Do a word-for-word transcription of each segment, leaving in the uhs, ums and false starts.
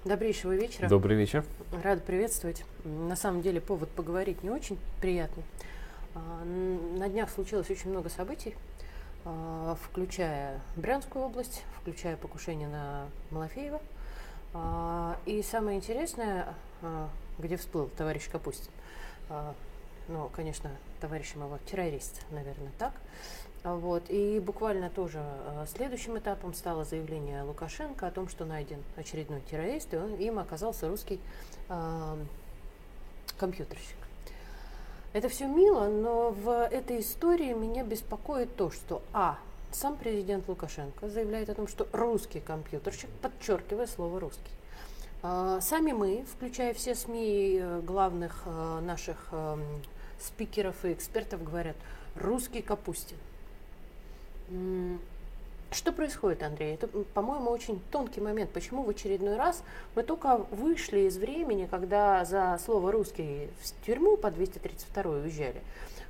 Добрейшего вечера. Добрый вечер. Рада приветствовать. На самом деле повод поговорить не очень приятный. На днях случилось очень много событий, включая Брянскую область, включая покушение на Малафеева. И самое интересное, где всплыл товарищ Капустин, ну, конечно, товарищем его террорист, наверное, так. Вот. И буквально тоже следующим этапом стало заявление Лукашенко о том, что найден очередной террорист, и он, им оказался русский э, компьютерщик. Это все мило, но в этой истории меня беспокоит то, что а. сам президент Лукашенко заявляет о том, что русский компьютерщик, подчеркивая слово «русский». Э, сами мы, включая все СМИ главных э, наших э, спикеров и экспертов, говорят «русский Капустин». Что происходит, Андрей? Это, по-моему, очень тонкий момент. Почему в очередной раз мы только вышли из времени, когда за слово «русский» в тюрьму по двести тридцать второй уезжали,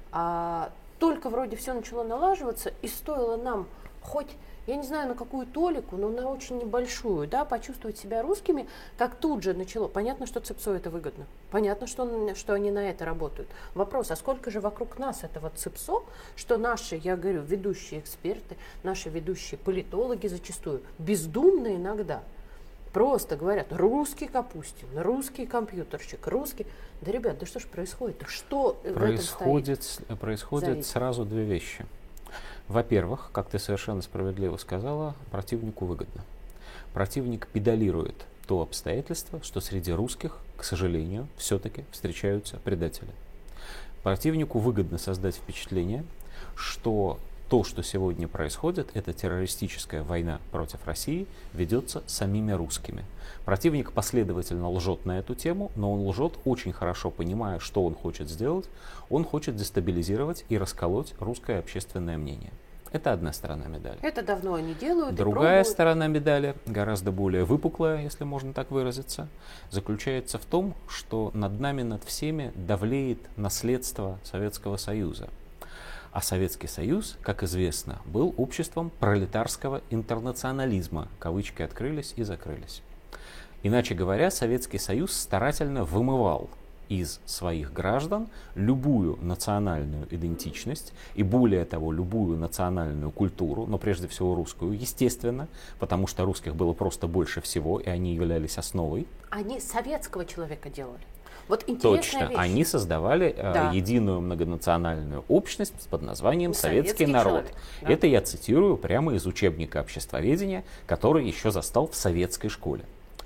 а только вроде все начало налаживаться, и стоило нам хоть, я не знаю, на какую толику, но на очень небольшую, да, почувствовать себя русскими, как тут же начало. Понятно, что ЦИПСО это выгодно. Понятно, что, что они на это работают. Вопрос, а сколько же вокруг нас этого ЦИПСО, что наши, я говорю, ведущие эксперты, наши ведущие политологи зачастую, бездумно иногда, просто говорят, русский Капустин, русский компьютерщик, русский. Да, ребят, да что ж происходит? Что происходит, в этом стоит? Происходят сразу две вещи. Во-первых, как ты совершенно справедливо сказала, противнику выгодно. Противник педалирует то обстоятельство, что среди русских, к сожалению, все-таки встречаются предатели. Противнику выгодно создать впечатление, что то, что сегодня происходит, это террористическая война против России, ведется самими русскими. Противник последовательно лжет на эту тему, но он лжет, очень хорошо понимая, что он хочет сделать. Он хочет дестабилизировать и расколоть русское общественное мнение. Это одна сторона медали. Это давно они делают. Другая сторона медали, гораздо более выпуклая, если можно так выразиться, заключается в том, что над нами, над всеми давлеет наследство Советского Союза. А Советский Союз, как известно, был обществом пролетарского интернационализма. Кавычки открылись и закрылись. Иначе говоря, Советский Союз старательно вымывал из своих граждан любую национальную идентичность и, более того, любую национальную культуру, но прежде всего русскую, естественно, потому что русских было просто больше всего, и они являлись основой. Они советского человека делали. Вот Точно, вещь. Они создавали да. э, единую многонациональную общность под названием «Советский, Советский народ». Да. Это я цитирую прямо из учебника обществоведения, который еще застал в советской школе.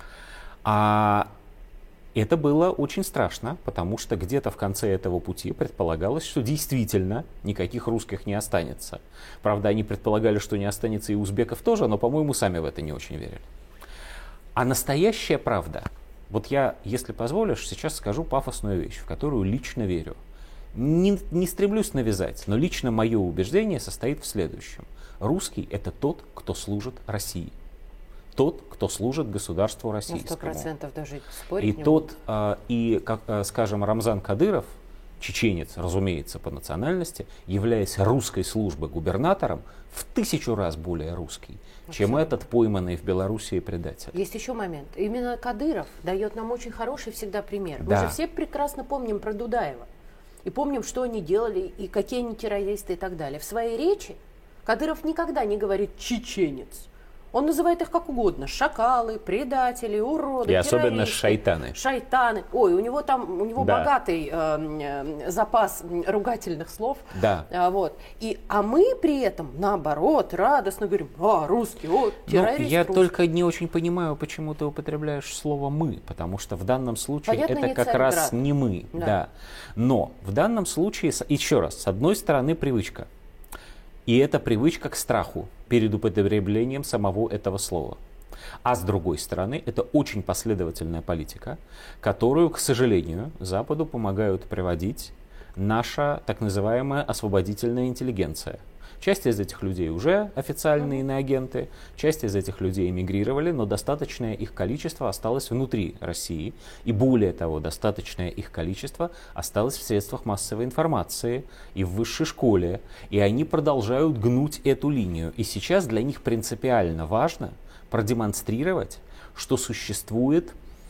А это было очень страшно, потому что где-то в конце этого пути предполагалось, что действительно никаких русских не останется. Правда, они предполагали, что не останется и узбеков тоже, но, по-моему, сами в это не очень верили. А настоящая правда... Вот я, если позволишь, сейчас скажу пафосную вещь, в которую лично верю. Не, не стремлюсь навязать, но лично мое убеждение состоит в следующем. Русский — это тот, кто служит России. Тот, кто служит государству российскому. На сто процентов даже спорить и не тот, а, и, как, скажем, Рамзан Кадыров, чеченец, разумеется, по национальности, являясь русской службой губернатором, в тысячу раз более русский, Абсолютно. чем этот пойманный в Белоруссии предатель. Есть еще момент. Именно Кадыров дает нам очень хороший всегда пример. Да. Мы же все прекрасно помним про Дудаева. И помним, что они делали, и какие они террористы и так далее. В своей речи Кадыров никогда не говорит «чеченец». Он называет их как угодно. Шакалы, предатели, уроды, и особенно шайтаны. Шайтаны. Ой, у него там у него да. богатый э, э, запас ругательных слов. Да. А, вот. И, а мы при этом, наоборот, радостно говорим, а, русский, о, террорист. Ну, я русский. только не очень понимаю, почему ты употребляешь слово «мы», потому что в данном случае Понятно, это не как Царьград. раз не мы. Да. Да. Но в данном случае, еще раз, с одной стороны привычка. И это привычка к страху перед употреблением самого этого слова. А с другой стороны, это очень последовательная политика, которую, к сожалению, Западу помогают приводить наша так называемая освободительная интеллигенция. Часть из этих людей уже официальные иноагенты, часть из этих людей эмигрировали, но достаточное их количество осталось внутри России. И более того, достаточное их количество осталось в средствах массовой информации и в высшей школе. И они продолжают гнуть эту линию. И сейчас для них принципиально важно продемонстрировать, что существует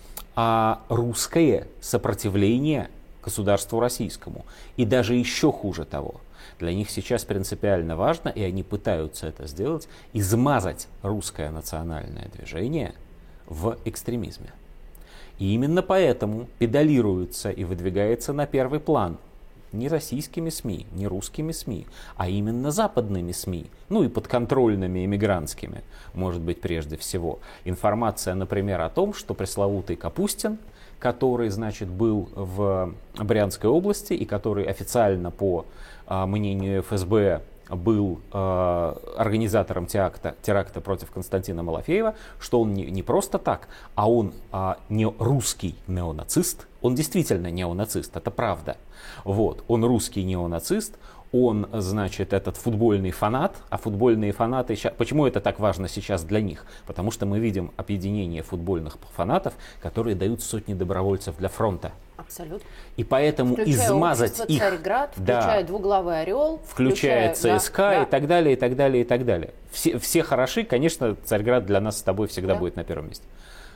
а, русское сопротивление государству российскому. И даже еще хуже того, для них сейчас принципиально важно, и они пытаются это сделать, измазать русское национальное движение в экстремизме. И именно поэтому педалируется и выдвигается на первый план не российскими СМИ, не русскими СМИ, а именно западными СМИ, ну и подконтрольными эмигрантскими, может быть, прежде всего. Информация, например, о том, что пресловутый Капустин, который, значит, был в Брянской области и который официально, по а, мнению эф эс бэ, был э, организатором теракта, теракта против Константина Малафеева, что он не, не просто так, а он э, не русский неонацист, он действительно неонацист, это правда. Вот, он русский неонацист, он, значит, этот футбольный фанат, а футбольные фанаты, почему это так важно сейчас для них? Потому что мы видим объединение футбольных фанатов, которые дают сотни добровольцев для фронта. Абсолютно. И поэтому включая измазать их, Царьград, включая да, двуглавый орел, включая, включая ЦСКА, да, и да. так далее, и так далее, и так далее. Все, все хороши, конечно, Царьград для нас с тобой всегда да. будет на первом месте.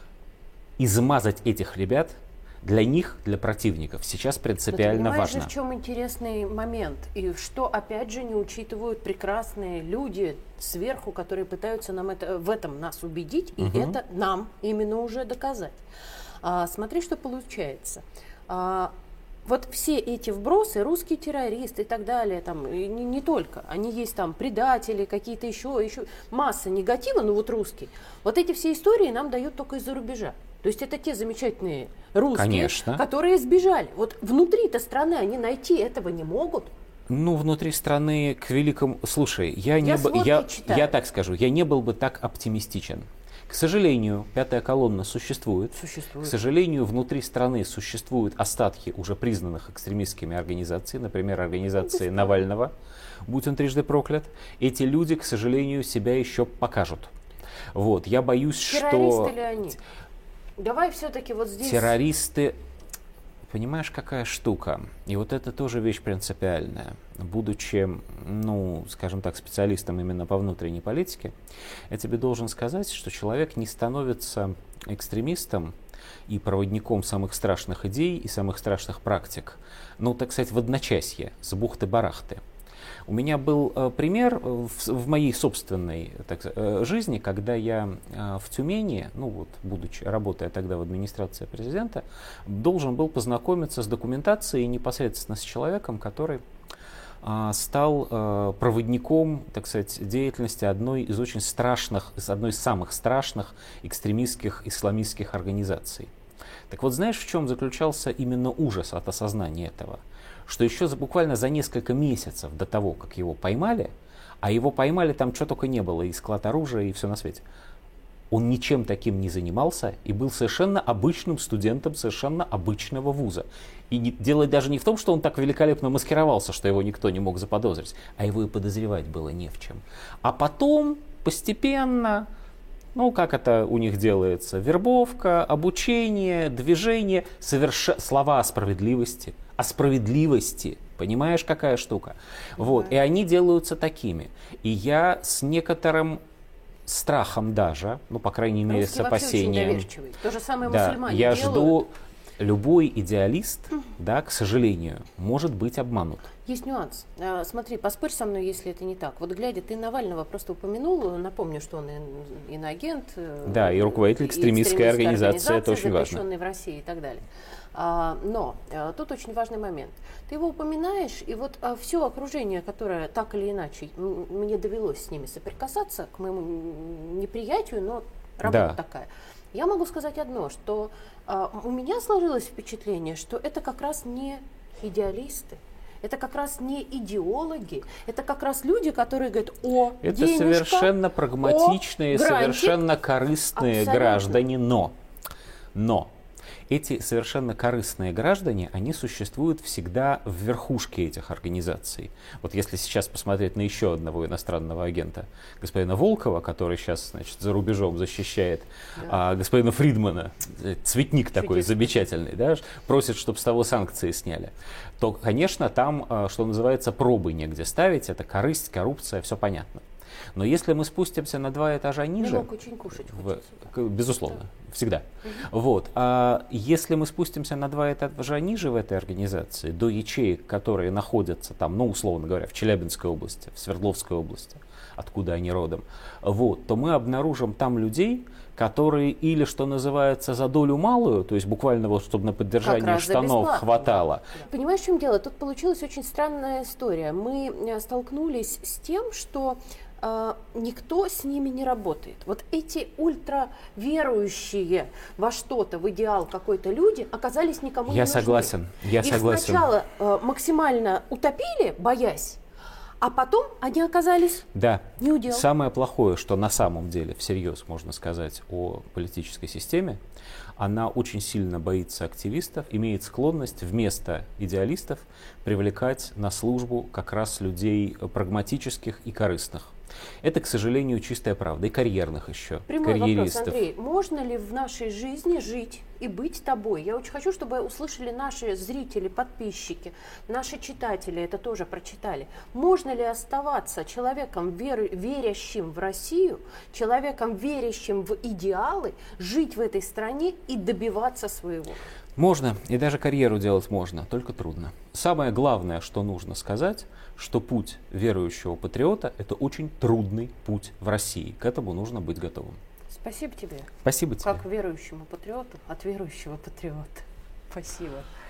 Измазать этих ребят для них, для противников, сейчас принципиально важно. Же, в чем интересный момент, и что, опять же, не учитывают прекрасные люди сверху, которые пытаются нам это, в этом нас убедить, и угу. это нам именно уже доказать. А, смотри, что получается. А, вот все эти вбросы, русские террористы и так далее, там, и не, не только, они есть там предатели, какие-то еще, еще, масса негатива, но вот русский. Вот эти все истории нам дают только из-за рубежа. То есть это те замечательные русские, конечно, которые сбежали. Вот внутри-то страны они найти этого не могут. Ну, внутри страны к великому... Слушай, я, я, не б... я, я так скажу, я не был бы так оптимистичен. К сожалению, пятая колонна существует. Существует. К сожалению, внутри страны существуют остатки уже признанных экстремистскими организаций, например, организации Навального, будь он трижды проклят. Эти люди, к сожалению, себя еще покажут. Вот, я боюсь, Террористы что... Террористы ли они? Давай все-таки вот здесь... Террористы... Понимаешь, какая штука? И вот это тоже вещь принципиальная. Будучи, ну, скажем так, специалистом именно по внутренней политике, я тебе должен сказать, что человек не становится экстремистом и проводником самых страшных идей и самых страшных практик, ну, так сказать, в одночасье, с бухты-барахты. У меня был э, пример в, в моей собственной так, э, жизни, когда я э, в Тюмени, ну вот, будучи, работая тогда в администрации президента, должен был познакомиться с документацией непосредственно с человеком, который э, стал э, проводником, так сказать, деятельности одной из очень страшных, из одной из самых страшных экстремистских исламистских организаций. Так вот, знаешь, в чем заключался именно ужас от осознания этого? Что еще за, буквально за несколько месяцев до того, как его поймали, а его поймали, там что только не было, и склад оружия, и все на свете, он ничем таким не занимался и был совершенно обычным студентом совершенно обычного вуза. И не, дело даже не в том, что он так великолепно маскировался, что его никто не мог заподозрить, а его и подозревать было не в чем. А потом постепенно... Ну, как это у них делается? Вербовка, обучение, движение, соверш... слова о справедливости. О справедливости. Понимаешь, какая штука? Mm-hmm. Вот. И они делаются такими. И я с некоторым страхом даже, ну, по крайней мере, Русские с опасением. То же самое да, мусульмане я делают. жду... Любой идеалист, mm. да, к сожалению, может быть обманут. Есть нюанс. А, смотри, поспорь со мной, если это не так. Вот глядя, ты Навального просто упомянул, напомню, что он иноагент. Да, и руководитель экстремистской организации, это очень важно. Запрещенный в России и так далее. А, но а, тут очень важный момент. Ты его упоминаешь, и вот а, все окружение, которое так или иначе м- мне довелось с ними соприкасаться, к моему неприятию, но работа да. такая. Я могу сказать одно, что э, у меня сложилось впечатление, что это как раз не идеалисты, это как раз не идеологи, это как раз люди, которые говорят: о, это денежка, совершенно прагматичные, о, грантик. Совершенно корыстные Абсолютно. граждане, но, но эти совершенно корыстные граждане, они существуют всегда в верхушке этих организаций. Вот если сейчас посмотреть на еще одного иностранного агента, господина Волкова, который сейчас, значит, за рубежом защищает да. а, господина Фридмана, цветник такой Чудесно. замечательный, да, просит, чтобы с того санкции сняли, то, конечно, там, что называется, пробы негде ставить, это корысть, коррупция, все понятно. Но если мы спустимся на два этажа ниже... Белок очень кушать хочется. В, безусловно, да. Всегда. Угу. Вот. А если мы спустимся на два этажа ниже в этой организации, до ячеек, которые находятся там, ну, условно говоря, в Челябинской области, в Свердловской области, откуда они родом, вот, то мы обнаружим там людей, которые или, что называется, за долю малую, то есть буквально вот, чтобы на поддержание штанов хватало. Да. Понимаешь, в чем дело? Тут получилась очень странная история. Мы столкнулись с тем, что э, никто с ними не работает. Вот эти ультраверующие во что-то, в идеал какой-то люди оказались никому я не нужны. Согласен, я Их согласен. сначала э, максимально утопили, боясь, а потом они оказались да. не удел. Самое плохое, что на самом деле всерьез можно сказать о политической системе, она очень сильно боится активистов, имеет склонность вместо идеалистов привлекать на службу как раз людей прагматических и корыстных. Это, к сожалению, чистая правда. И карьерных еще. Прямой карьеристов. вопрос, Андрей. Можно ли в нашей жизни жить и быть тобой? Я очень хочу, чтобы услышали наши зрители, подписчики, наши читатели это тоже прочитали. Можно ли оставаться человеком, веру, верящим в Россию, человеком, верящим в идеалы, жить в этой стране и добиваться своего? Можно, и даже карьеру делать можно, только трудно. Самое главное, что нужно сказать, что путь верующего патриота – это очень трудный путь в России. К этому нужно быть готовым. Спасибо тебе. Спасибо тебе. Как верующему патриоту от верующего патриота. Спасибо.